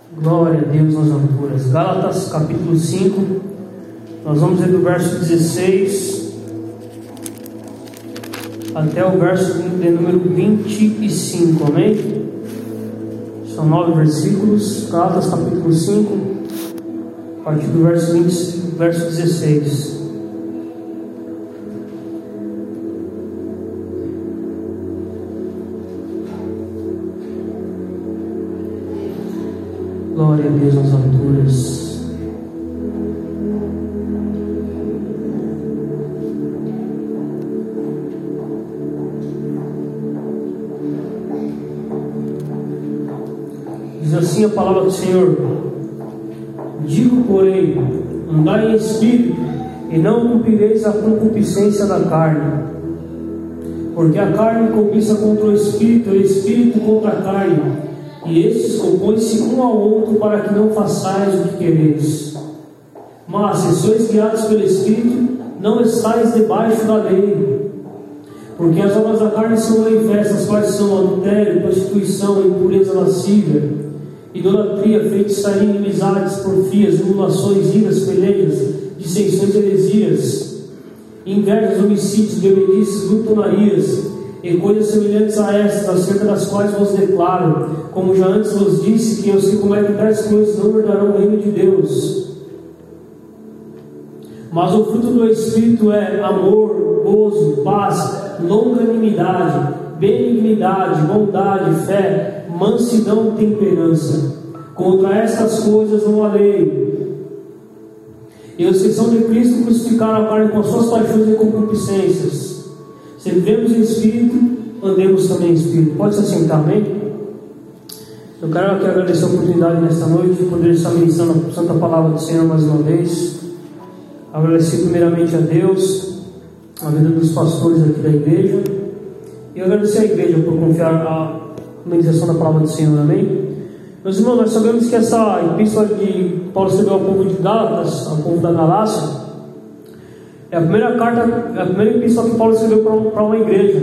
Glória a Deus nas alturas. Gálatas capítulo 5. Nós vamos ler do verso 16 até o verso de número 25. Amém? São 9 versículos. Gálatas capítulo 5, a partir do verso 16. Glória a Deus nas alturas. Diz assim a palavra do Senhor: digo, porém, andai em espírito, e não cumprireis a concupiscência da carne. Porque a carne cobiça contra o espírito, e o espírito contra a carne, e estes opõem-se um ao outro, para que não façais o que quereis. Mas se sois guiados pelo Espírito, não estáis debaixo da lei. Porque as obras da carne são manifestas, quais são adultério, prostituição, impureza lascívia, idolatria, feitiçaria, inimizades, porfias, emulações, iras, pelejas, dissensões, heresias, invejas, homicídios, bebedices, glutonarias e coisas semelhantes a estas, acerca das quais vos declaro, como já antes vos disse, que os que cometem tais coisas não herdarão o reino de Deus. Mas o fruto do Espírito é amor, gozo, paz, longanimidade, benignidade, bondade, fé, mansidão e temperança. Contra estas coisas não há lei. E os que são de Cristo crucificaram a carne com as suas paixões e concupiscências. Se vivemos em Espírito, andemos também em Espírito. Pode se assentar, amém? Eu quero aqui agradecer a oportunidade nesta noite de poder estar ministrando a Santa Palavra do Senhor mais uma vez. Agradecer primeiramente a Deus, a vida dos pastores aqui da igreja, e agradecer à igreja por confiar a ministração da Palavra do Senhor, amém? Meus irmãos, nós sabemos que essa epístola de Paulo escreveu ao povo de Gálatas, ao povo da Galácia, é a primeira carta, é a primeira epístola que Paulo escreveu para uma igreja.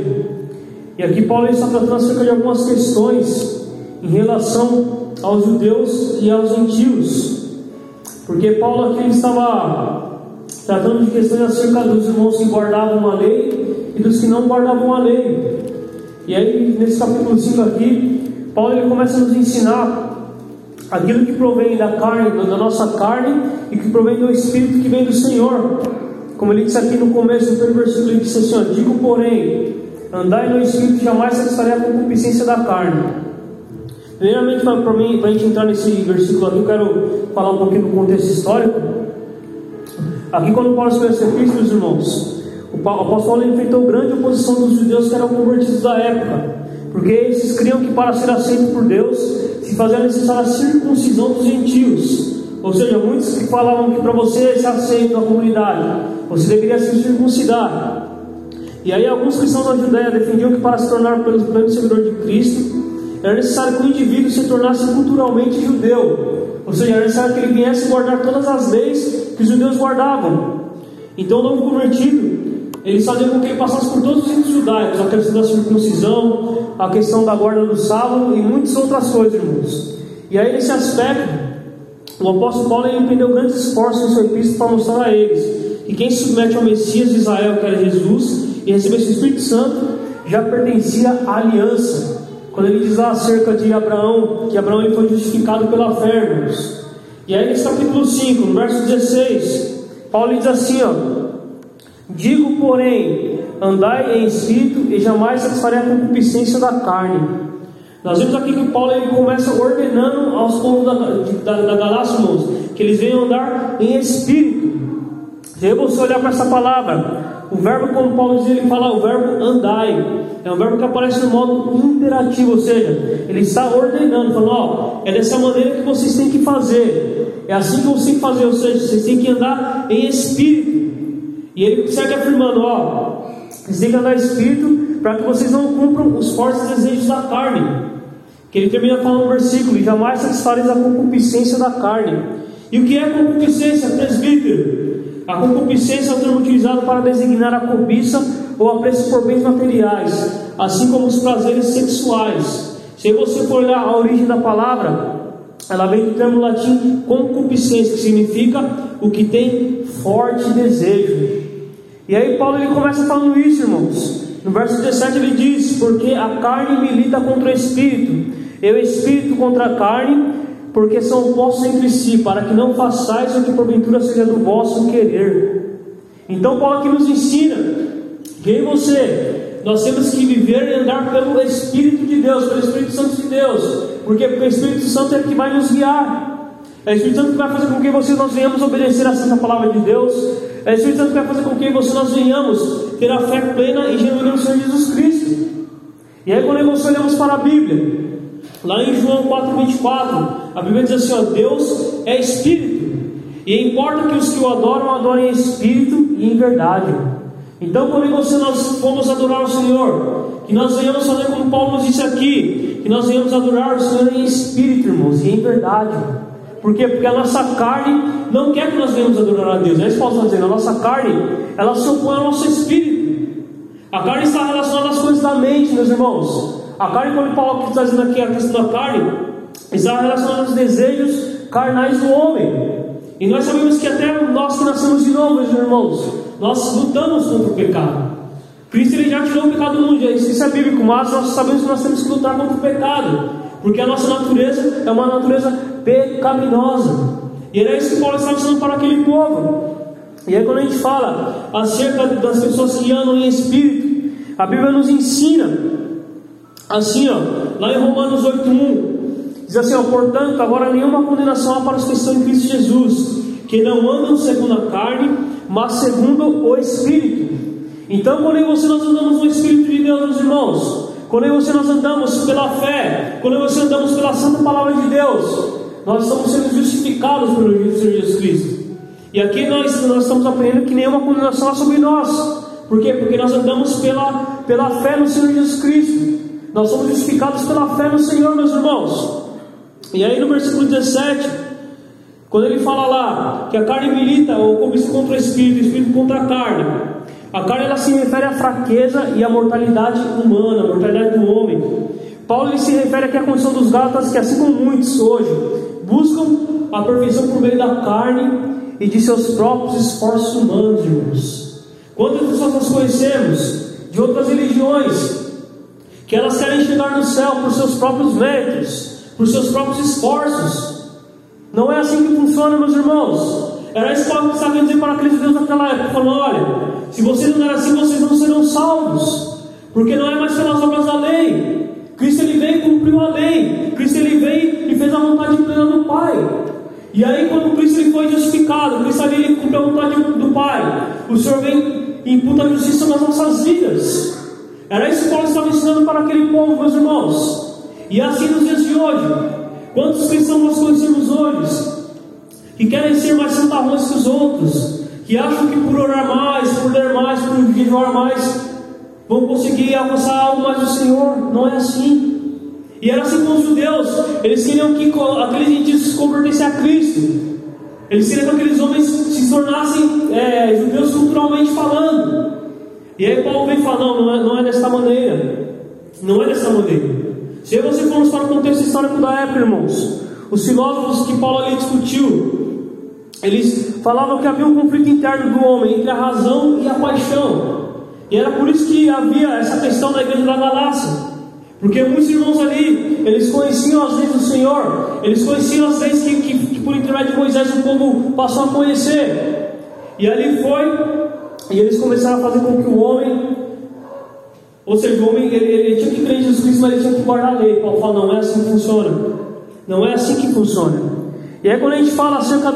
E aqui Paulo está tratando acerca de algumas questões em relação aos judeus e aos gentios. Porque Paulo aqui ele estava tratando de questões acerca dos irmãos que guardavam a lei e dos que não guardavam a lei. E aí, nesse capítulo 5 aqui, Paulo ele começa a nos ensinar aquilo que provém da carne, da nossa carne, e que provém do Espírito que vem do Senhor. Como ele disse aqui no começo do primeiro versículo, ele disse assim: ó, digo, porém, andai no Espírito, jamais satisfarei a concupiscência da carne. Primeiramente, para a gente entrar nesse versículo aqui, eu quero falar um pouquinho do contexto histórico. Aqui, quando Paulo escreveu essa epístola, meus irmãos, o apóstolo Paulo enfrentou grande oposição dos judeus que eram convertidos da época, porque esses criam que para ser aceito por Deus se fazia necessária a circuncisão dos gentios. Ou seja, muitos que falavam que para você ser aceito na comunidade, você deveria se circuncidar. E aí alguns cristãos da Judéia defendiam que para se tornar pelo pleno seguidor de Cristo, era necessário que o indivíduo se tornasse culturalmente judeu. Ou seja, era necessário que ele viesse guardar todas as leis que os judeus guardavam. Então o novo convertido, eles faziam com que ele passasse por todos os ritos judaicos, a questão da circuncisão, a questão da guarda do sábado e muitas outras coisas, irmãos. E aí nesse aspecto, o apóstolo Paulo empreendeu grandes esforços em sua epístola para mostrar a eles que quem se submete ao Messias de Israel, que era Jesus, e recebesse o Espírito Santo, já pertencia à aliança. Quando ele diz lá acerca de Abraão, que Abraão ele foi justificado pela fé, irmãos. E aí nesse capítulo 5, no verso 16, Paulo diz assim, ó: digo, porém, andai em espírito, e jamais satisfarei a concupiscência da carne. Nós vemos aqui que Paulo ele começa ordenando aos povos da Galácia, irmãos, que eles venham andar em espírito. Se você olhar para essa palavra, o verbo, como Paulo diz, ele fala o verbo andai. É um verbo que aparece no modo imperativo, ou seja, ele está ordenando, falando, ó, é dessa maneira que vocês têm que fazer. É assim que vocês têm que fazer, ou seja, vocês têm que andar em espírito. E ele segue afirmando, ó, vocês têm que andar em espírito para que vocês não cumpram os fortes desejos da carne. Que ele termina falando no versículo: e jamais satisfareis a concupiscência da carne. E o que é concupiscência, presbítero? A concupiscência é um termo utilizado para designar a cobiça ou apreço por bens materiais, assim como os prazeres sexuais. Se você for olhar a origem da palavra, ela vem do termo latim concupiscência, que significa o que tem forte desejo. E aí Paulo ele começa falando isso, irmãos. No verso 17 ele diz: porque a carne milita contra o espírito, e o espírito contra a carne, porque são opostos entre si, para que não façais o que porventura seja do vosso querer. Então Paulo aqui nos ensina que eu e você, nós temos que viver e andar pelo Espírito de Deus, pelo Espírito Santo de Deus. Por quê? Porque o Espírito Santo é que vai nos guiar. É o Espírito Santo que vai fazer com que nós venhamos obedecer a santa palavra de Deus. É o Espírito Santo que vai fazer com que nós venhamos ter a fé plena e genuína no Senhor Jesus Cristo. E aí quando nós olhamos para a Bíblia, lá em João 4,24, a Bíblia diz assim, ó: Deus é Espírito, e importa que os que o adoram, adorem em Espírito e em verdade. Então quando nós formos adorar o Senhor, que nós venhamos fazer como Paulo nos disse aqui, que nós venhamos adorar o Senhor em Espírito, irmãos, e em verdade. Por quê? Porque a nossa carne não quer que nós venhamos adorar a Deus. É isso que Paulo está dizendo. A nossa carne, ela se opõe ao nosso espírito. A carne está relacionada às coisas da mente, meus irmãos. A carne, quando Paulo está dizendo aqui a questão da carne, está relacionada aos desejos carnais do homem. E nós sabemos que até nós que nascemos de novo, meus irmãos, nós lutamos contra o pecado. Cristo ele já tirou o pecado do mundo. Isso é bíblico, mas nós sabemos que nós temos que lutar contra o pecado, porque a nossa natureza é uma natureza pecaminosa. E era isso que Paulo estava ensinando para aquele povo. E aí quando a gente fala acerca das pessoas que andam em espírito, a Bíblia nos ensina assim, ó, lá em Romanos 8,1 diz assim, ó: portanto, agora nenhuma condenação há para os que estão em Cristo Jesus, que não andam segundo a carne, mas segundo o Espírito. Então quando eu e você nós andamos no Espírito de Deus, meus irmãos, quando eu e você nós andamos pela fé, quando eu e você andamos pela santa palavra de Deus, nós estamos sendo justificados pelo Senhor Jesus Cristo. E aqui nós estamos aprendendo que nenhuma condenação há sobre nós. Por quê? Porque nós andamos pela fé no Senhor Jesus Cristo. Nós somos justificados pela fé no Senhor, meus irmãos. E aí no versículo 17, quando ele fala lá que a carne milita ou compete contra o espírito contra a carne ela se refere à fraqueza e à mortalidade humana, a mortalidade do homem. Paulo ele se refere aqui à condição dos Gálatas, que assim como muitos hoje buscam a perfeição por meio da carne e de seus próprios esforços humanos, irmãos. Quantas pessoas nós conhecemos de outras religiões que elas querem chegar no céu por seus próprios méritos, por seus próprios esforços? Não é assim que funciona, meus irmãos. Era isso que Paulo estava dizendo para aqueles judeus naquela época, falando: olha, se vocês não eram assim, vocês não serão salvos, porque não é mais pelas obras da lei. Cristo ele veio e cumpriu a lei. Cristo ele veio e fez a vontade plena do Pai. E aí quando Cristo ele foi justificado, Cristo ali ele cumpriu a vontade do Pai, o Senhor vem e imputa a justiça nas nossas vidas. Era isso que Paulo estava ensinando para aquele povo, meus irmãos. E assim nos dias de hoje, quantos cristãos nós conhecemos hoje que querem ser mais santarrões que os outros, que acham que por orar mais, por ler mais, por jejuar mais, vão conseguir alcançar algo mais do Senhor? Não é assim. E era assim com os judeus. Eles queriam que aqueles gentios se convertessem a Cristo. Eles queriam que aqueles homens se tornassem judeus culturalmente falando. E aí Paulo vem falar: não é desta maneira. Não é desta maneira. Se você formos para o contexto histórico da época, irmãos, os filósofos que Paulo ali discutiu, eles falavam que havia um conflito interno do homem entre a razão e a paixão. E era por isso que havia essa questão da igreja da Galácia. Porque muitos irmãos ali, eles conheciam as leis do Senhor, eles conheciam as leis que por intermédio de Moisés o povo passou a conhecer. E ali e eles começaram a fazer com que o homem, ou seja, o homem ele tinha que crer em Jesus Cristo, mas ele tinha que guardar a lei. Paulo fala: não é assim que funciona. Não é assim que funciona. E aí quando a gente fala acerca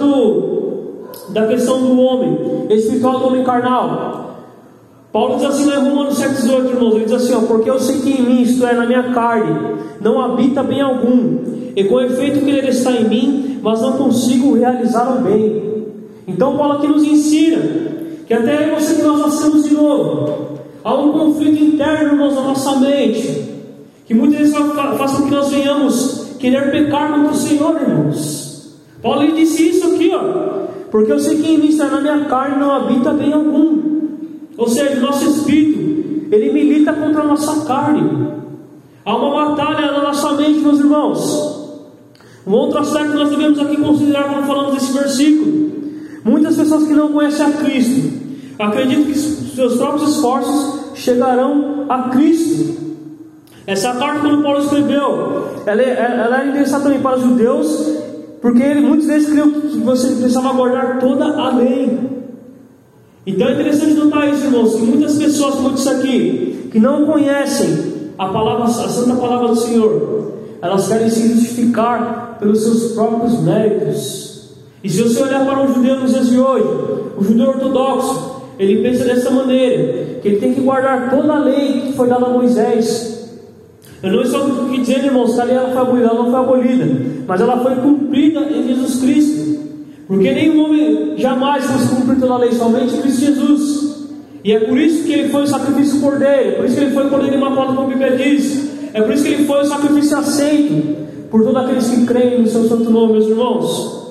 da questão do homem espiritual, do homem carnal, Paulo diz assim lá em Romanos 7,18, irmãos, ele diz assim: ó: porque eu sei que em mim, isto é, na minha carne, não habita bem algum, e com efeito querer está em mim, mas não consigo realizar o bem. Então Paulo aqui nos ensina que até você que nós nascemos de novo, há um conflito interno, irmãos, na nossa mente, que muitas vezes faz com que nós venhamos querer pecar contra o Senhor, irmãos. Paulo ele disse isso aqui, ó: porque eu sei que em mim, isto é, na minha carne, não habita bem algum. Ou seja, o nosso espírito, ele milita contra a nossa carne. Há uma batalha na nossa mente, meus irmãos. Um outro aspecto que nós devemos aqui considerar quando falamos desse versículo: muitas pessoas que não conhecem a Cristo acreditam que seus próprios esforços chegarão a Cristo. Essa carta, quando Paulo escreveu, ela era interessante também para os judeus, porque muitos deles criam que você precisava guardar toda a lei. Então é interessante notar isso, irmãos, que muitas pessoas, como eu disse aqui, que não conhecem a santa palavra do Senhor, elas querem se justificar pelos seus próprios méritos. E se você olhar para um judeu nos dias de hoje, o judeu ortodoxo, ele pensa dessa maneira, que ele tem que guardar toda a lei que foi dada a Moisés. Eu não estou dizendo, irmãos, que a lei ela não foi abolida, mas ela foi cumprida em Jesus Cristo, porque nenhum homem jamais fosse cumprir toda a lei, somente Cristo Jesus. E é por isso que ele foi o sacrifício cordeiro, é por isso que ele foi o cordeiro imaculado, como a Bíblia diz, é por isso que ele foi o sacrifício aceito por todos aqueles que creem no seu santo nome, meus irmãos.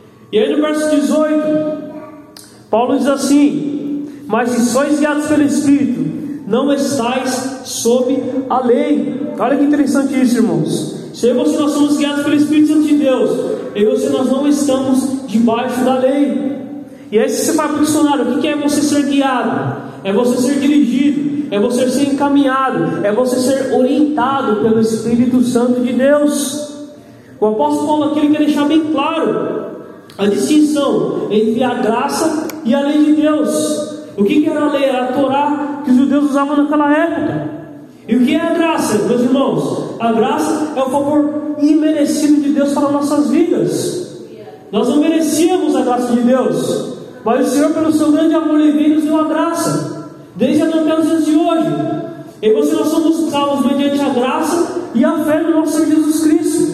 E aí no verso 18, Paulo diz assim: mas se sois guiados pelo Espírito, não estáis sob a lei. Olha que interessante isso, irmãos. Se eu e você nós somos guiados pelo Espírito Santo de Deus, eu e você nós não estamos debaixo da lei. E aí se você vai para o dicionário, o que é você ser guiado? É você ser dirigido, é você ser encaminhado, é você ser orientado pelo Espírito Santo de Deus. O apóstolo Paulo aqui ele quer deixar bem claro a distinção entre a graça e a lei de Deus. O que era a lei? Era a Torá que os judeus usavam naquela época. E o que é a graça, meus irmãos? A graça é o favor imerecido de Deus para nossas vidas. Nós não merecíamos a graça de Deus, mas o Senhor, pelo seu grande amor, Ele nos deu a graça, desde até os dias de hoje. E você, nós somos salvos mediante a graça e a fé no nosso Senhor Jesus Cristo.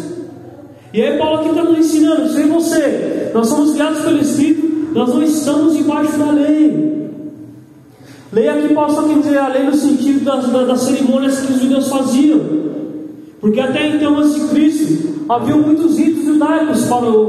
E aí Paulo aqui está nos ensinando: se você, nós somos guiados pelo Espírito, nós não estamos debaixo da lei. Lei aqui Paulo está querendo dizer a lei no sentido das cerimônias que os judeus faziam, porque até então, antes de Cristo, havia muitos ritos judaicos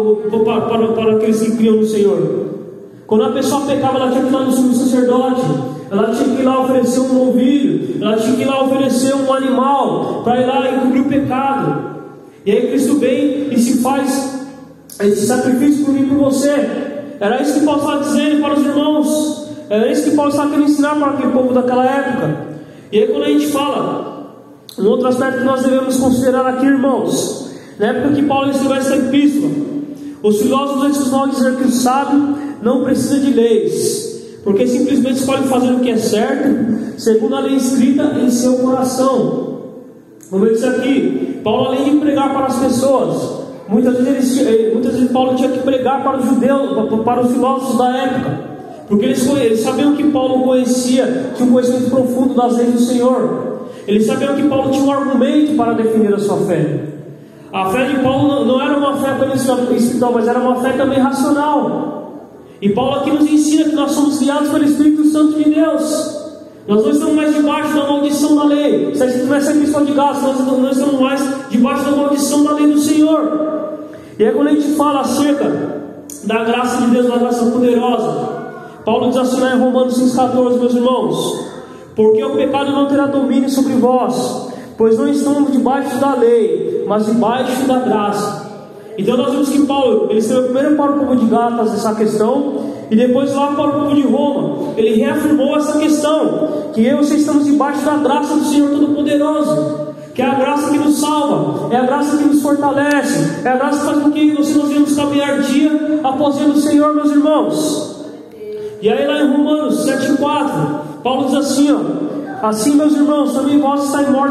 para aqueles que criam no Senhor. Quando a pessoa pecava, ela tinha que ir lá no sumo sacerdote, ela tinha que ir lá oferecer um novilho, ela tinha que ir lá oferecer um animal para ir lá encobrir o pecado. E aí Cristo vem e se faz esse sacrifício por mim e por você. Era isso que Paulo estava dizendo para os irmãos, era isso que Paulo estava querendo ensinar para aquele povo daquela época. E aí quando a gente fala, um outro aspecto que nós devemos considerar aqui, irmãos, na época que Paulo escreveu essa epístola, os filósofos vão dizer que o sábio não precisa de leis, porque simplesmente escolhe fazer o que é certo, segundo a lei escrita em seu coração. Como eu disse aqui, Paulo, além de pregar para as pessoas, muitas vezes Paulo tinha que pregar para os judeus, para os filósofos da época, porque eles sabiam que Paulo tinha um conhecimento profundo das leis do Senhor. Eles sabiam que Paulo tinha um argumento para defender a sua fé. A fé de Paulo não era uma fé apenas espiritual, mas era uma fé também racional. E Paulo aqui nos ensina que nós somos guiados pelo Espírito Santo de Deus. Nós não estamos mais debaixo da maldição da lei. Se a gente tivesse a questão de gasto, nós não estamos mais debaixo da maldição da lei do Senhor. E aí quando a gente fala acerca da graça de Deus, da graça poderosa, Paulo diz assim lá em Romanos 6,14, meus irmãos: porque o pecado não terá domínio sobre vós, pois não estamos debaixo da lei, mas debaixo da graça. Então nós vemos que Paulo, ele escreveu primeiro para o povo de Gálatas essa questão, e depois lá para o povo de Roma, ele reafirmou essa questão, que eu e você estamos debaixo da graça do Senhor Todo-Poderoso, que é a graça que nos salva, é a graça que nos fortalece, é a graça que faz com que nós venhamos caminhar dia após dia do Senhor, meus irmãos. E aí lá em Romanos 7,4, Paulo diz assim, assim, meus irmãos, também vós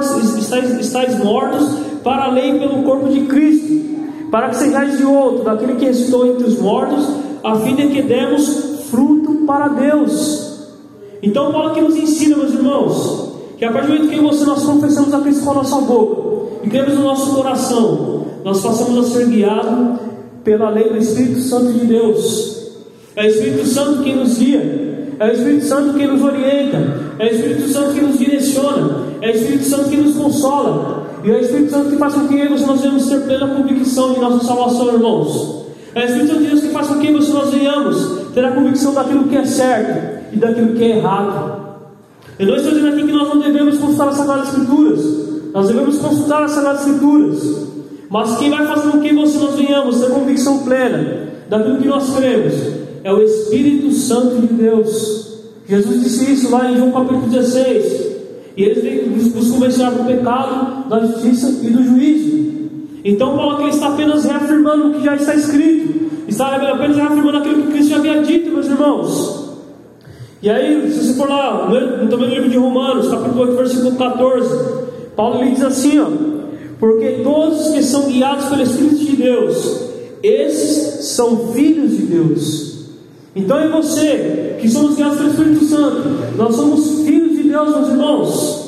estáis mortos para a lei pelo corpo de Cristo, para que sejais de outro, daquele que ressuscitou entre os mortos, a fim de que demos fruto para Deus. Então Paulo aqui nos ensina, meus irmãos, que a partir do momento que nós confessamos a Cristo com a nossa boca e cremos no nosso coração, nós passamos a ser guiados pela lei do Espírito Santo de Deus. É o Espírito Santo quem nos guia, é o Espírito Santo quem nos orienta, é o Espírito Santo que nos direciona, é o Espírito Santo que nos consola, e é o Espírito Santo que faz com que nós venhamos ter plena convicção de nossa salvação, irmãos. É o Espírito Santo de Deus que faz com que nós venhamos ter a convicção daquilo que é certo e daquilo que é errado. Eu não estou dizendo aqui que nós não devemos consultar as Sagradas Escrituras, nós devemos consultar as Sagradas Escrituras, mas quem vai fazer com que nós convicção plena daquilo que nós cremos é o Espírito Santo de Deus. Jesus disse isso lá em João capítulo 16. E eles vêm nos convencer do pecado, da justiça e do juízo. Então Paulo aqui está apenas reafirmando o que já está escrito, está apenas reafirmando aquilo que Cristo já havia dito, meus irmãos. E aí, se você for lá, também no livro de Romanos, capítulo 8, versículo 14, Paulo lhe diz assim, ó: porque todos que são guiados pelo Espírito de Deus, esses são filhos de Deus. Então é você, que somos guiados pelo Espírito Santo, nós somos filhos de Deus, meus irmãos.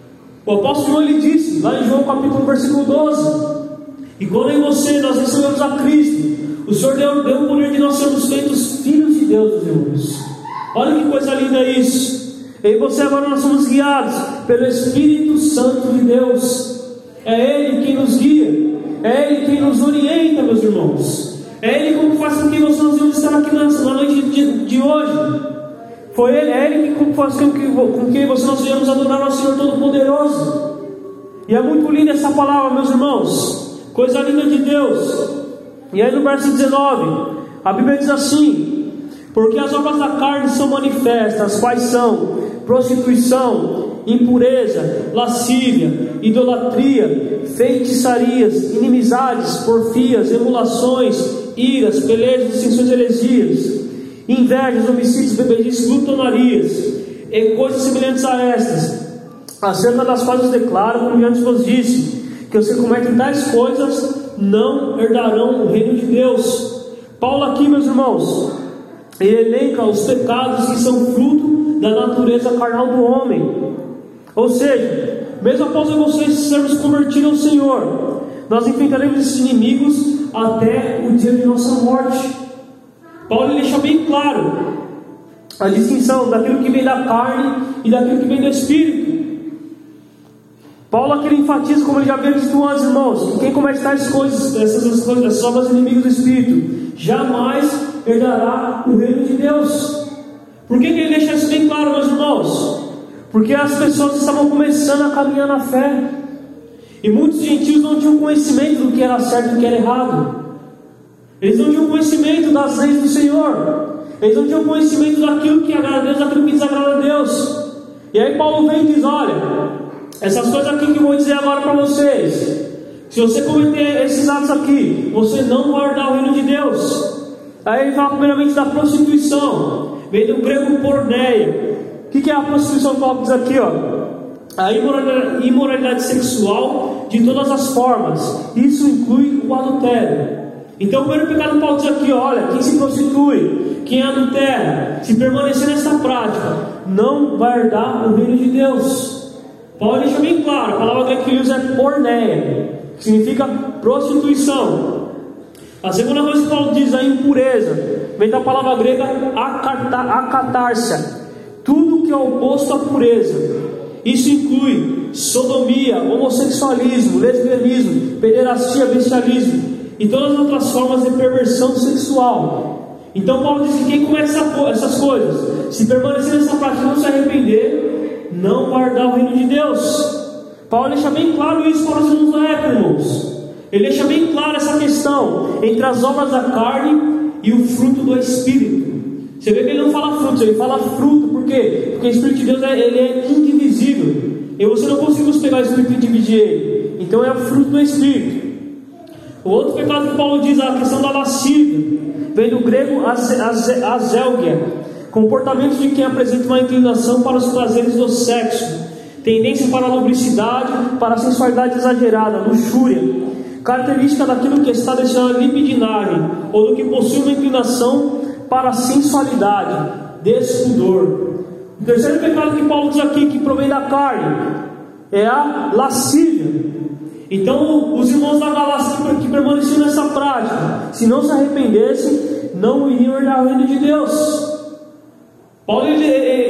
O apóstolo João lhe disse, lá em João capítulo 1, versículo 12, e quando em você nós recebemos a Cristo, o Senhor deu o poder de nós sermos feitos filhos de Deus, meus irmãos. Olha que coisa linda isso. E você agora nós somos guiados pelo Espírito Santo de Deus. É Ele quem nos guia, é Ele quem nos orienta, meus irmãos. É Ele como faz com que nós vamos estar aqui na noite de hoje. Foi Ele, é Ele que faz com que nós venhamos adorar ao Senhor Todo-Poderoso. E é muito linda essa palavra, meus irmãos. Coisa linda de Deus. E aí no verso 19, a Bíblia diz assim: porque as obras da carne são manifestas, quais são? Prostituição, impureza, lascívia, idolatria, feitiçarias, inimizades, porfias, emulações, iras, pelejas, dissensões, heresias, invejas, homicídios, bebedices, glutonarias e coisas semelhantes a estas, acerca das quais eu declaro, como antes vos disse, que os que cometem tais coisas não herdarão o reino de Deus. Paulo aqui, meus irmãos, ele elenca os pecados que são fruto da natureza carnal do homem. Ou seja, mesmo após vocês sermos convertidos ao Senhor, nós enfrentaremos esses inimigos até o dia de nossa morte. Paulo deixa bem claro a distinção daquilo que vem da carne e daquilo que vem do Espírito. Paulo aqui enfatiza, como ele já havia dito antes, irmãos, que quem comete tais coisas, essas obras inimigas do Espírito, jamais herdará o reino de Deus. Por que ele deixa isso bem claro, meus irmãos? Porque as pessoas estavam começando a caminhar na fé, e muitos gentios não tinham conhecimento do que era certo e do que era errado. Eles não tinham conhecimento das leis do Senhor, eles não tinham conhecimento daquilo que agrada a Deus, daquilo que desagrada a Deus. E aí Paulo vem e diz: olha, essas coisas aqui que eu vou dizer agora para vocês, se você cometer esses atos aqui, você não vai herdar o reino de Deus. Aí ele fala primeiramente da prostituição, vem do grego porneia. O que é a prostituição que Paulo diz aqui, ó? A imoralidade sexual de todas as formas. Isso inclui o adultério. Então o primeiro pecado que Paulo diz aqui, ó, olha, quem se prostitui, quem adultera, se permanecer nessa prática, não vai herdar o reino de Deus. Paulo deixa bem claro, a palavra grega que ele usa é porneia, que significa prostituição. A segunda coisa que Paulo diz, a impureza, vem da palavra grega akatársia, tudo que é oposto à pureza. Isso inclui sodomia, homossexualismo, lesbianismo, pederastia, bestialismo e todas as outras formas de perversão sexual. Então Paulo diz que quem comete essas coisas, se permanecer nessa prática e não se arrepender, não vai herdar o reino de Deus. Paulo deixa bem claro isso para os irmãos da época, irmãos. Ele deixa bem claro essa questão entre as obras da carne e o fruto do Espírito. Você vê que ele não fala frutos, ele fala fruto. Por quê? Porque o Espírito de Deus ele é indivisível, e você não consegue pegar o Espírito e dividir ele. Então é o fruto do Espírito. O outro pecado que Paulo diz, a questão da lascívia, vem do grego azélgia, comportamento de quem apresenta uma inclinação para os prazeres do sexo, tendência para a lubricidade, para a sensualidade exagerada, luxúria, característica daquilo que está deixando libidinagem, ou do que possui uma inclinação para a sensualidade, despudor. O terceiro pecado que Paulo diz aqui, que provém da carne, é a lascívia. Então os irmãos da Galácia que permaneciam nessa prática, se não se arrependessem, não iriam herdar o reino de Deus. Paulo ele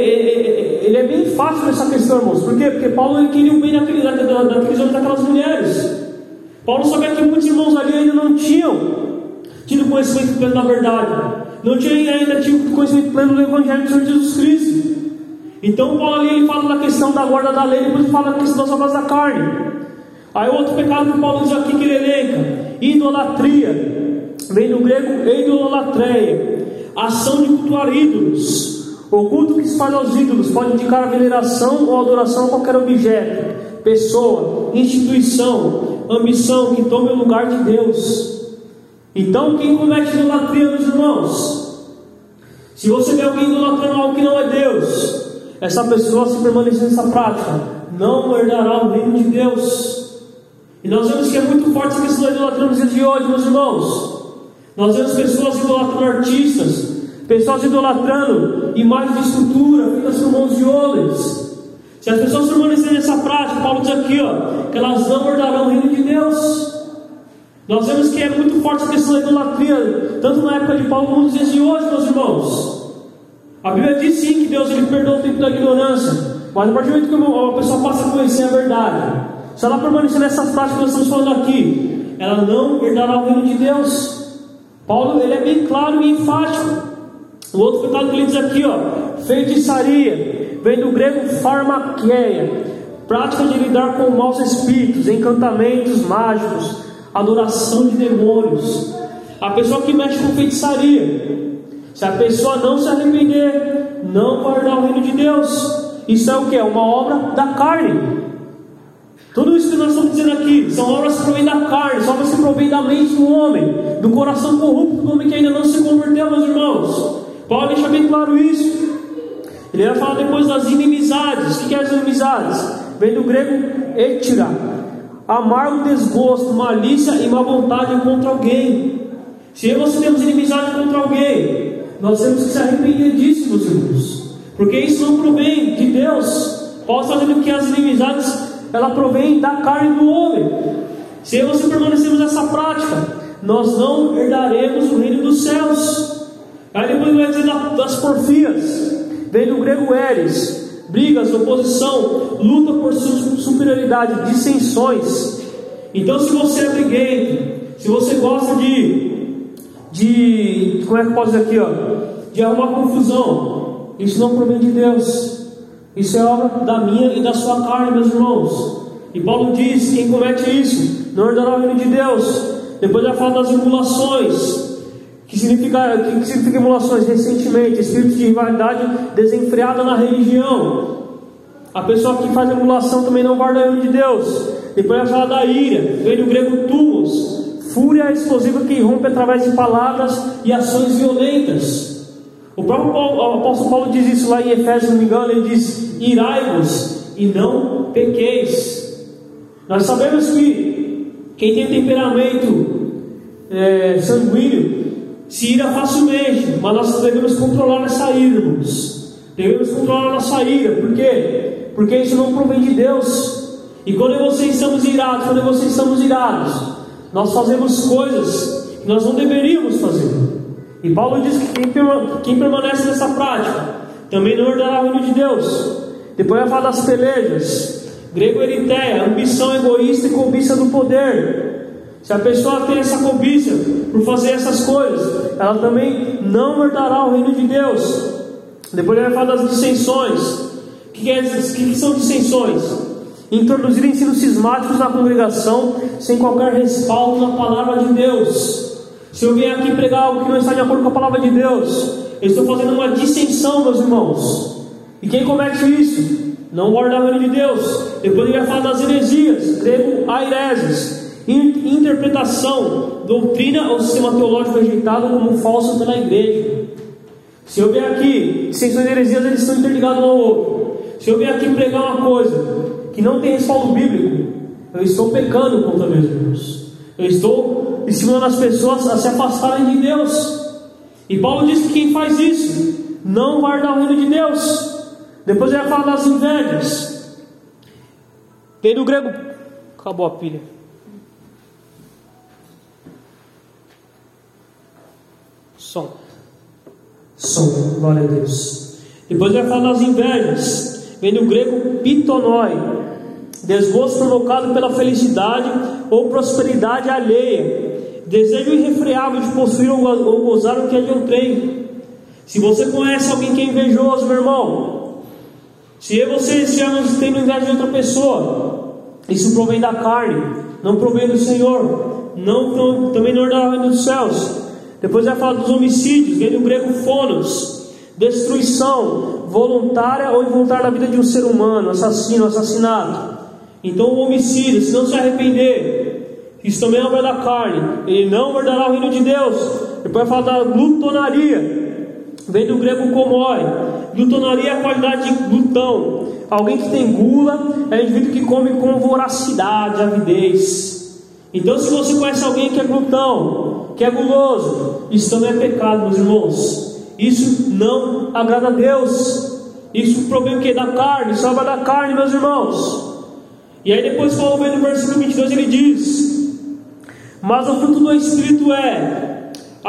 é bem fácil nessa questão, irmãos. Por quê? Porque Paulo ele queria o bem daqueles homens, daquelas mulheres. Paulo sabia que muitos irmãos ali ainda não tinham tido conhecimento pleno da verdade, não tinham ainda tido conhecimento pleno do Evangelho do Senhor Jesus Cristo. Então Paulo ali ele fala da questão da guarda da lei, depois ele fala da questão das obras da carne. Aí outro pecado que Paulo diz aqui que ele elenca: idolatria, vem do grego idolatreia, ação de cultuar ídolos. O culto que se faz aos ídolos pode indicar a veneração ou adoração a qualquer objeto, pessoa, instituição, ambição que tome o lugar de Deus. Então, quem comete idolatria, meus irmãos? Se você vê alguém idolatrando algo que não é Deus, essa pessoa, se permanecer nessa prática, não herdará o reino de Deus. E nós vemos que é muito forte essa questão da idolatria nos dias de hoje, meus irmãos. Nós vemos pessoas idolatrando artistas, pessoas idolatrando imagens de escultura feitas por mãos de homens. Se as pessoas permanecerem nessa prática, Paulo diz aqui, que elas não herdarão o reino de Deus. Nós vemos que é muito forte a questão da idolatria, tanto na época de Paulo como nos dias de hoje, meus irmãos. A Bíblia diz sim que Deus ele perdoa o tempo da ignorância, mas a partir do momento que a pessoa passa a conhecer a verdade, se ela permanecer nessas práticas que nós estamos falando aqui, ela não herdará o reino de Deus. Paulo ele é bem claro e enfático. O outro pecado que ele diz aqui, feitiçaria, vem do grego farmaqueia, prática de lidar com maus espíritos, encantamentos mágicos, adoração de demônios. A pessoa que mexe com feitiçaria, se a pessoa não se arrepender, não vai herdar o reino de Deus. Isso é o que? É uma obra da carne. Tudo isso que nós estamos dizendo aqui são obras que provêm da carne, são obras que provêm da mente do homem, do coração corrupto do homem que ainda não se converteu, meus irmãos. Paulo deixa bem claro isso. Ele vai falar depois das inimizades. O que é as inimizades? Vem do grego etira, amargo desgosto, malícia e má vontade contra alguém. Se você temos inimizade contra alguém, nós temos que se arrepender disso, meus irmãos, porque isso não provém de Deus. Paulo está dizendo que as inimizades ela provém da carne do homem. Se você permanecermos nessa prática, nós não herdaremos o reino dos céus. Aí depois ele vai dizer das porfias, vem do grego eres, brigas, oposição, luta por superioridade, dissensões. Então, se você é briguento, se você gosta de como é que eu posso dizer aqui, de arrumar confusão, isso não provém de Deus. Isso é obra da minha e da sua carne, meus irmãos. E Paulo diz: quem comete isso não herdará o reino de Deus. Depois vai falar das emulações. Que significa emulações? Ressentimento, espírito de rivalidade desenfreada na religião. A pessoa que faz emulação também não guarda o reino de Deus. Depois vai falar da ira, vem do grego tumos, fúria explosiva que irrompe através de palavras e ações violentas. O próprio apóstolo Paulo diz isso lá em Efésios, se não me engano. Ele diz: irai-vos e não pequeis. Nós sabemos que quem tem temperamento sanguíneo se ira facilmente, mas nós devemos controlar essa ira, irmãos. Devemos controlar a nossa ira. Por quê? Porque isso não provém de Deus. E quando vocês estamos irados, nós fazemos coisas que nós não deveríamos fazer. E Paulo diz que quem permanece nessa prática também não herdará o reino de Deus. Depois vai falar das pelejas, grego eritéia, ambição egoísta e cobiça do poder. Se a pessoa tem essa cobiça por fazer essas coisas, ela também não herdará o reino de Deus. Depois ele vai falar das dissensões. O que são dissensões? Introduzir ensinos cismáticos na congregação sem qualquer respaldo na palavra de Deus. Se eu vier aqui pregar algo que não está de acordo com a palavra de Deus, eu estou fazendo uma dissensão, meus irmãos. E quem comete isso não guarda o reino de Deus. Depois ele vai falar das heresias, grego aireses, interpretação, doutrina ou sistema teológico rejeitado como falso pela igreja. Se eu vier aqui, dissensões e heresias, eles estão interligados um ao outro. Se eu vier aqui pregar uma coisa que não tem respaldo bíblico, eu estou pecando contra meus irmãos. Eu estou estimulando as pessoas a se afastarem de Deus. E Paulo diz que quem faz isso não vai herdar o reino de Deus. Depois ele vai falar das invejas. Tem do grego... Acabou a pilha. Som, glória a Deus. Depois ele vai falar das invejas. Vem do grego pitonoi, desgosto provocado pela felicidade ou prosperidade alheia, desejo irrefreável de possuir ou gozar o que é de outrem. Se você conhece alguém que é invejoso, meu irmão, se você estivermos tendo inveja de outra pessoa, isso provém da carne, não provém do Senhor. também não herdará o reino dos céus. Depois vai falar dos homicídios, vem do grego phonos, destruição voluntária ou involuntária da vida de um ser humano, assassinato. Então o homicídio, se não se arrepender, isso também é obra da carne, ele não herdará o reino de Deus. Depois vai falar da glutonaria, vem do grego komoi. Glutonaria é a qualidade de glutão. Alguém que tem gula é um indivíduo que come com voracidade, avidez. Então se você conhece alguém que é glutão, que é guloso, isso também é pecado, meus irmãos. Isso não agrada a Deus. Isso provém o que? Da carne, isso é obra da carne, meus irmãos. E aí depois fala no versículo 22, ele diz: mas o fruto do Espírito é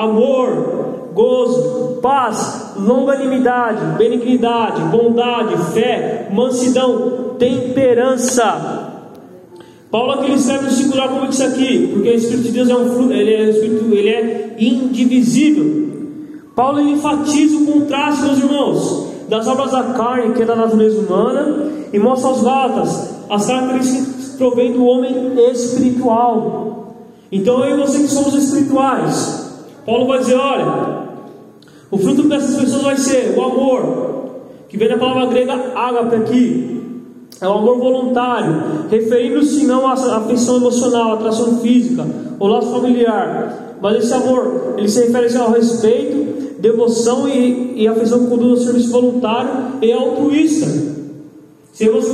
amor, gozo, paz, longanimidade, benignidade, bondade, fé, mansidão, temperança. Paulo aqui ele escreve no singular como disse aqui, porque o Espírito de Deus é um fruto, ele é indivisível. Paulo ele enfatiza o contraste, meus irmãos, das obras da carne, que é da natureza humana, e mostra aos Gálatas as características que provém do homem espiritual. Então eu e você que somos espirituais, Paulo vai dizer: olha, o fruto dessas pessoas vai ser o amor, que vem da palavra grega ágape aqui. É o amor voluntário, referindo-se não à afeição emocional, à atração física ou laço familiar, mas esse amor, ele se refere ao respeito, devoção e afeição que conduz ao serviço voluntário e altruísta. Se você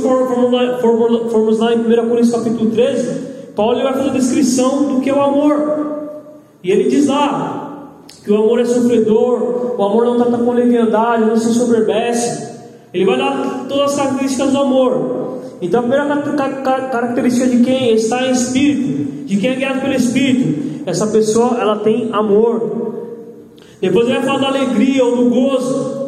formos lá em 1 Coríntios capítulo 13, Paulo vai fazer a descrição do que é o amor. E ele diz lá que o amor é sofredor, o amor não trata com leviandade, não se soberbece. Ele vai dar todas as características do amor. Então a primeira característica de quem está em espírito, de quem é guiado pelo Espírito, essa pessoa ela tem amor. Depois ele vai falar da alegria ou do gozo.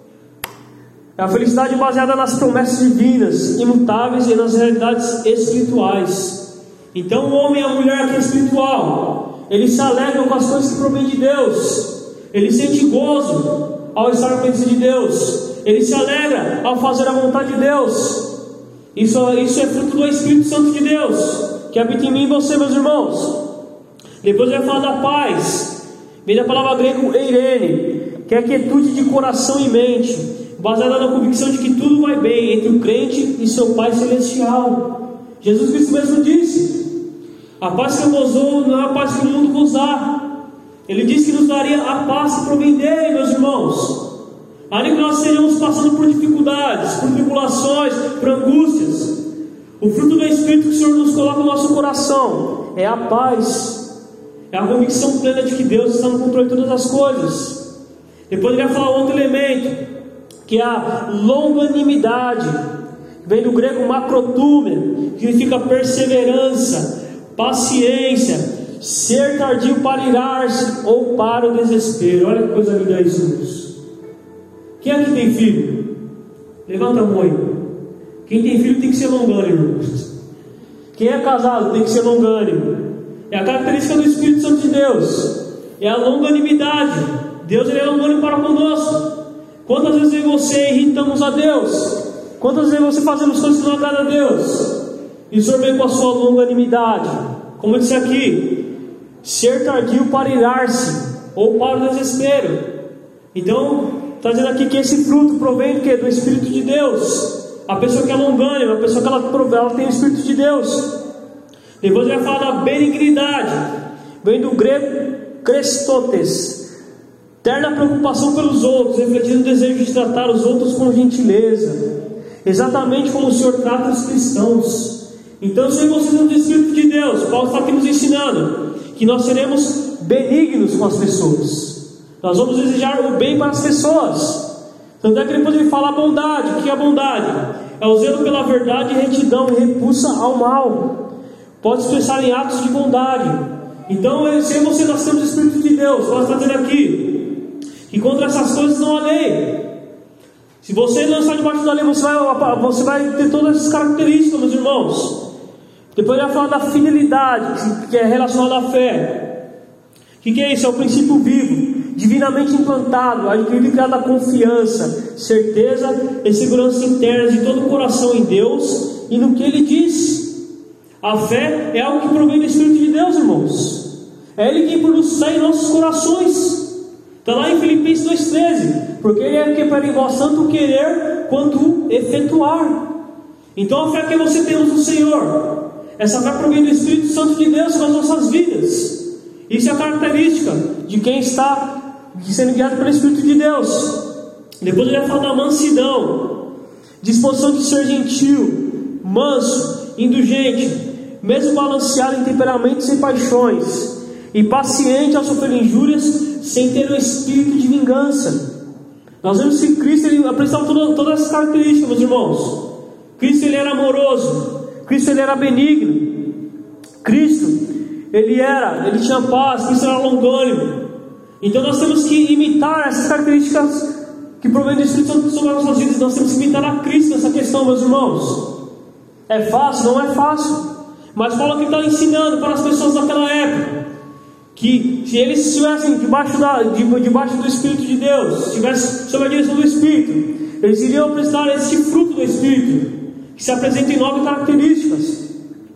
É a felicidade baseada nas promessas divinas, imutáveis, e nas realidades espirituais. Então o homem e a mulher que é espiritual, eles se alegram com as coisas que provêm de Deus. Ele sente gozo ao estar na presença de Deus. Ele se alegra ao fazer a vontade de Deus. Isso é fruto do Espírito Santo de Deus, que habita em mim e você, meus irmãos. Depois ele vai falar da paz. Vem da palavra grega eirene, que é a quietude de coração e mente, baseada na convicção de que tudo vai bem entre o crente e seu Pai Celestial. Jesus Cristo mesmo disse: a paz que eu vos dou não é a paz que o mundo vos dá. Ele disse que nos daria a paz que provém dele, meus irmãos. Ainda que nós estejamos passando por dificuldades, por tribulações, por angústias, o fruto do Espírito que o Senhor nos coloca no nosso coração é a paz, é a convicção plena de que Deus está no controle de todas as coisas. Depois ele vai falar outro elemento, que é a longanimidade. Vem do grego macrotúmia, que significa perseverança, paciência, ser tardio para irar-se ou para o desespero. Olha que coisa linda isso, meus. Quem aqui tem filho? Levanta a mão aí. Quem tem filho tem que ser longânimo. Quem é casado tem que ser longânimo. É a característica do Espírito Santo de Deus. É a longanimidade. Deus ele é longânimo para conosco. Quantas vezes eu e você irritamos a Deus? Quantas vezes você fazemos coisas que não agradam a Deus? E o Senhor vem com a sua longanimidade. Como eu disse aqui, ser tardio para irar-se ou para o desespero. Então está dizendo aqui que esse fruto provém do quê? Do Espírito de Deus. A pessoa que é longânima, a pessoa que ela tem o Espírito de Deus. Depois ele vai falar da benignidade. Vem do grego krestotes, terna preocupação pelos outros, refletindo o desejo de tratar os outros com gentileza, exatamente como o Senhor trata os cristãos. Então, se você temos o Espírito de Deus, Paulo está aqui nos ensinando que nós seremos benignos com as pessoas. Nós vamos desejar o bem para as pessoas. Tanto é que depois ele fala a bondade. O que é a bondade? É o zelo pela verdade e retidão e repulsa ao mal. Pode se expressar em atos de bondade. Então, se você nós temos o Espírito de Deus, Paulo está dizendo aqui que contra essas coisas não há lei. Se você não está debaixo da lei, você vai ter todas essas características, meus irmãos. Depois ele vai falar da fidelidade, que é relacionada à fé. O que é isso? É o princípio vivo, divinamente implantado, adquirido e criado a confiança, certeza e segurança interna de todo o coração em Deus e no que Ele diz. A fé é algo que provém do Espírito de Deus, irmãos. É Ele quem produz fé em nossos corações. Está lá em Filipenses 2,13. Porque Ele é que para em vós tanto querer quanto efetuar. Então a fé que você temos no Senhor, essa fé provém do Espírito Santo de Deus para as nossas vidas. Isso é a característica de quem está sendo guiado pelo Espírito de Deus. Depois ele vai falar da mansidão, disposição de ser gentil, manso, indulgente, mesmo balanceado em temperamentos e paixões, e paciente ao sofrer injúrias, sem ter um espírito de vingança. Nós vemos que Cristo ele apresentava todas essas características, meus irmãos. Cristo ele era amoroso, Cristo ele era benigno, Cristo ele tinha paz, Cristo era longânimo. Então nós temos que imitar essas características que provém do Espírito Santo sobre as nossas vidas. Nós temos que imitar a Cristo nessa questão, meus irmãos. É fácil? Não é fácil. Mas Paulo aqui está ensinando para as pessoas daquela época que se eles estivessem debaixo do Espírito de Deus, estivessem sob a direção do Espírito, eles iriam apresentar esse fruto do Espírito, que se apresenta em 9 características.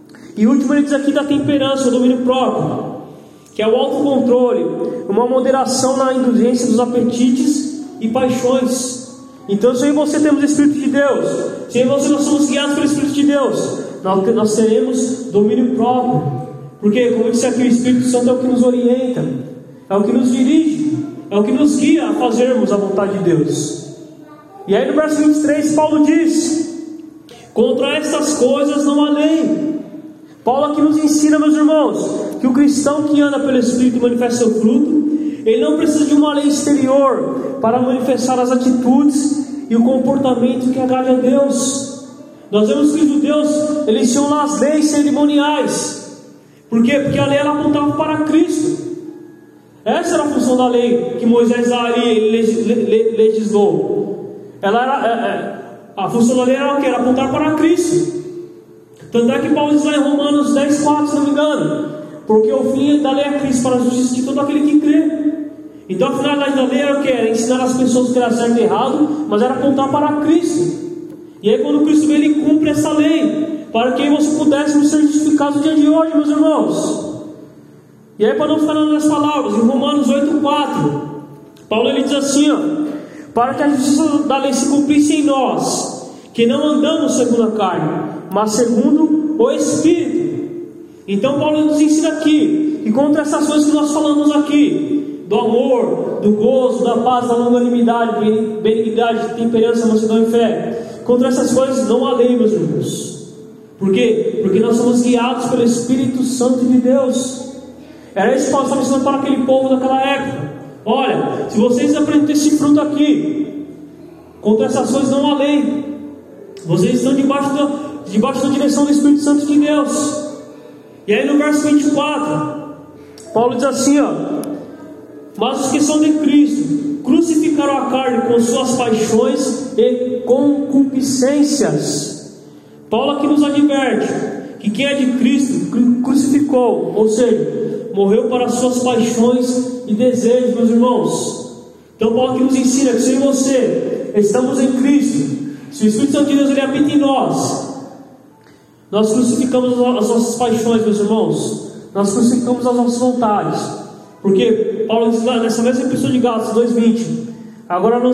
E o último ele diz aqui da temperança, o domínio próprio, que é o autocontrole, uma moderação na indulgência dos apetites e paixões. Então se eu e você temos o Espírito de Deus, se eu e você nós somos guiados pelo Espírito de Deus, nós teremos domínio próprio. Porque, como eu disse aqui, o Espírito Santo é o que nos orienta, é o que nos dirige, é o que nos guia a fazermos a vontade de Deus. E aí no verso 23 Paulo diz: contra estas coisas não há lei. Paulo aqui nos ensina, meus irmãos, que o cristão que anda pelo Espírito e manifesta seu fruto, ele não precisa de uma lei exterior para manifestar as atitudes e o comportamento que agrade a Deus. Nós vemos que os judeus, eles tinham lá as leis cerimoniais. Por quê? Porque a lei ela apontava para Cristo. Essa era a função da lei que Moisés legislou. A função da lei era o quê? Era apontar para Cristo. Tanto é que Paulo diz lá em Romanos 10,4, se não me engano, porque o fim da lei é Cristo para a justiça de todo aquele que crê. Então a finalidade da lei era o que? Era ensinar as pessoas o que era certo e errado, mas era apontar para Cristo. E aí quando Cristo veio, ele cumpre essa lei, para que nós pudéssemos ser justificados no dia de hoje, meus irmãos. E aí para não ficar nas palavras, em Romanos 8,4, Paulo ele diz assim, para que a justiça da lei se cumprisse em nós, que não andamos segundo a carne, mas segundo o Espírito. Então Paulo nos ensina aqui que contra essas coisas que nós falamos aqui, do amor, do gozo, da paz, da longanimidade, benignidade, temperança, mansidão e fé, contra essas coisas não há lei, meus irmãos. Por quê? Porque nós somos guiados pelo Espírito Santo de Deus. Era isso que Paulo estava ensinando para aquele povo daquela época. Olha, se vocês aprendem esse fruto aqui, contra essas coisas não há lei. Vocês estão debaixo da direção do Espírito Santo de Deus. E aí no verso 24 Paulo diz assim, mas os que são de Cristo crucificaram a carne com suas paixões e concupiscências. Paulo aqui nos adverte que quem é de Cristo crucificou, ou seja, morreu para as suas paixões e desejos, meus irmãos. Então Paulo aqui nos ensina que se eu e você estamos em Cristo, se o Espírito Santo de Deus ele habita em nós crucificamos as nossas paixões, meus irmãos. Nós crucificamos as nossas vontades. Porque Paulo diz lá nessa mesma epístola de Gálatas 2,20: agora não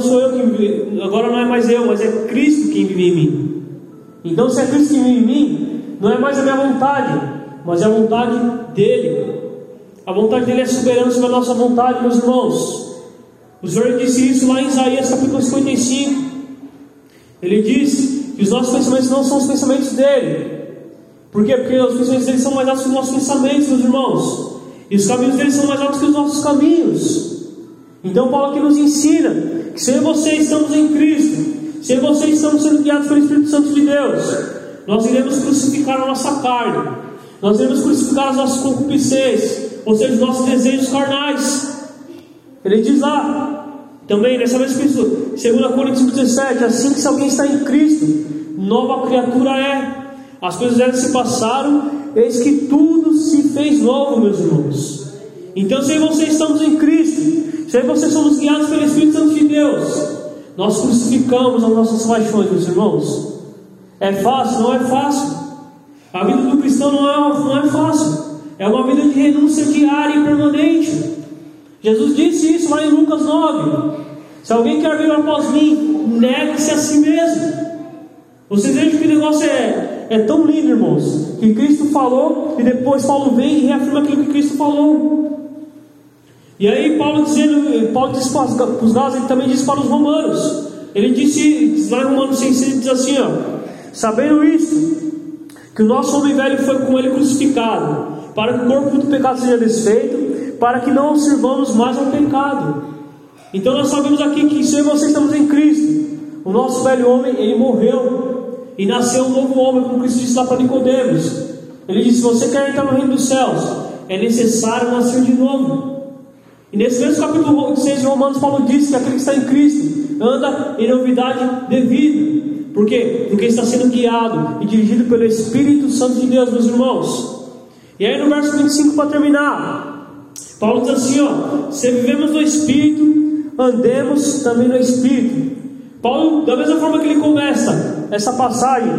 é mais eu, mas é Cristo quem vive em mim. Então se é Cristo quem vive em mim, não é mais a minha vontade, mas é a vontade dele. A vontade dele é soberana sobre a nossa vontade, meus irmãos. O Senhor disse isso lá em Isaías capítulo 55. Ele diz que os nossos pensamentos não são os pensamentos dele. Por quê? Porque os pensamentos dele são mais altos que os nossos pensamentos, meus irmãos. E os caminhos dele são mais altos que os nossos caminhos. Então Paulo aqui nos ensina que se eu e você estamos em Cristo, se eu e você estamos sendo guiados pelo Espírito Santo de Deus, nós iremos crucificar a nossa carne, nós iremos crucificar as nossas concupiscências, ou seja, os nossos desejos carnais. Ele diz lá também nessa mesma epístola, 2 Coríntios 17: assim que se alguém está em Cristo, nova criatura é. As coisas velhas se passaram, eis que tudo se fez novo, meus irmãos. Então se você estamos em Cristo, se você somos guiados pelo Espírito Santo de Deus, nós crucificamos as nossas paixões, meus irmãos. É fácil? Não é fácil. A vida do cristão não é fácil. É uma vida de renúncia diária e permanente. Jesus disse isso lá em Lucas 9. Se alguém quer vir após mim, negue-se a si mesmo. Vocês vejam que o negócio é tão lindo, irmãos, que Cristo falou e depois Paulo vem e reafirma aquilo que Cristo falou. E aí Paulo diz para os Gálatas, ele também disse para os romanos. Ele disse lá em Romanos 6, ele diz assim, sabendo isto, que o nosso homem velho foi com ele crucificado, para que o corpo do pecado seja desfeito, para que não sirvamos mais ao pecado. Então nós sabemos aqui que se eu e você estamos em Cristo, o nosso velho homem, ele morreu, e nasceu um novo homem, como Cristo disse lá para Nicodemos. Ele disse, se você quer entrar no reino dos céus, é necessário nascer de novo. E nesse mesmo capítulo 6 de Romanos, Paulo diz que aquele que está em Cristo anda em novidade de vida. Por quê? Porque está sendo guiado e dirigido pelo Espírito Santo de Deus, meus irmãos. E aí no verso 25, para terminar, Paulo diz assim, se vivemos no Espírito, andemos também no Espírito. Paulo, da mesma forma que ele começa essa passagem,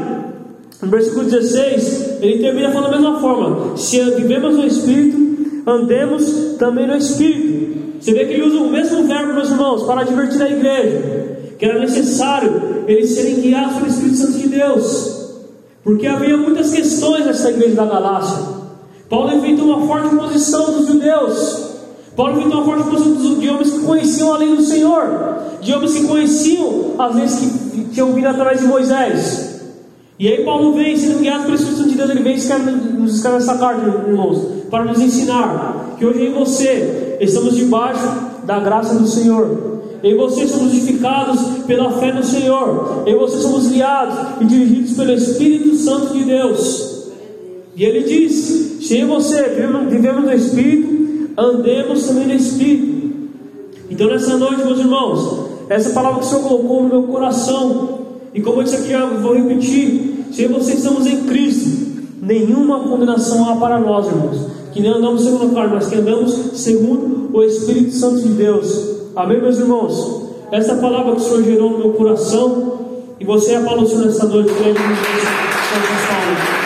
no versículo 16, ele termina falando da mesma forma: se vivemos no Espírito, andemos também no Espírito. Você vê que ele usa o mesmo verbo, meus irmãos, para advertir a igreja que era necessário eles serem guiados pelo Espírito Santo de Deus, porque havia muitas questões nessa igreja da Galácia. Paulo enfrentou uma forte oposição dos judeus. Paulo enfrentou uma forte oposição de homens que conheciam a lei do Senhor, de homens que conheciam as leis que tinham vindo através de Moisés. E aí Paulo vem sendo guiado pelo Espírito Santo de Deus. Ele vem e nos escreve essa carta, irmãos, para nos ensinar que hoje em você estamos debaixo da graça do Senhor. Eu e você somos edificados pela fé no Senhor. Eu e você somos guiados e dirigidos pelo Espírito Santo de Deus. E ele diz: se eu e você vivemos no Espírito, andemos também no Espírito. Então nessa noite, meus irmãos, essa palavra que o Senhor colocou no meu coração, e como eu disse aqui, eu vou repetir: se eu e você estamos em Cristo, nenhuma condenação há para nós, irmãos, que não andamos segundo a carne, mas que andamos segundo o Espírito Santo de Deus. Amém, meus irmãos? Essa palavra que o Senhor gerou no meu coração, e você é a palavra do Senhor nessa noite.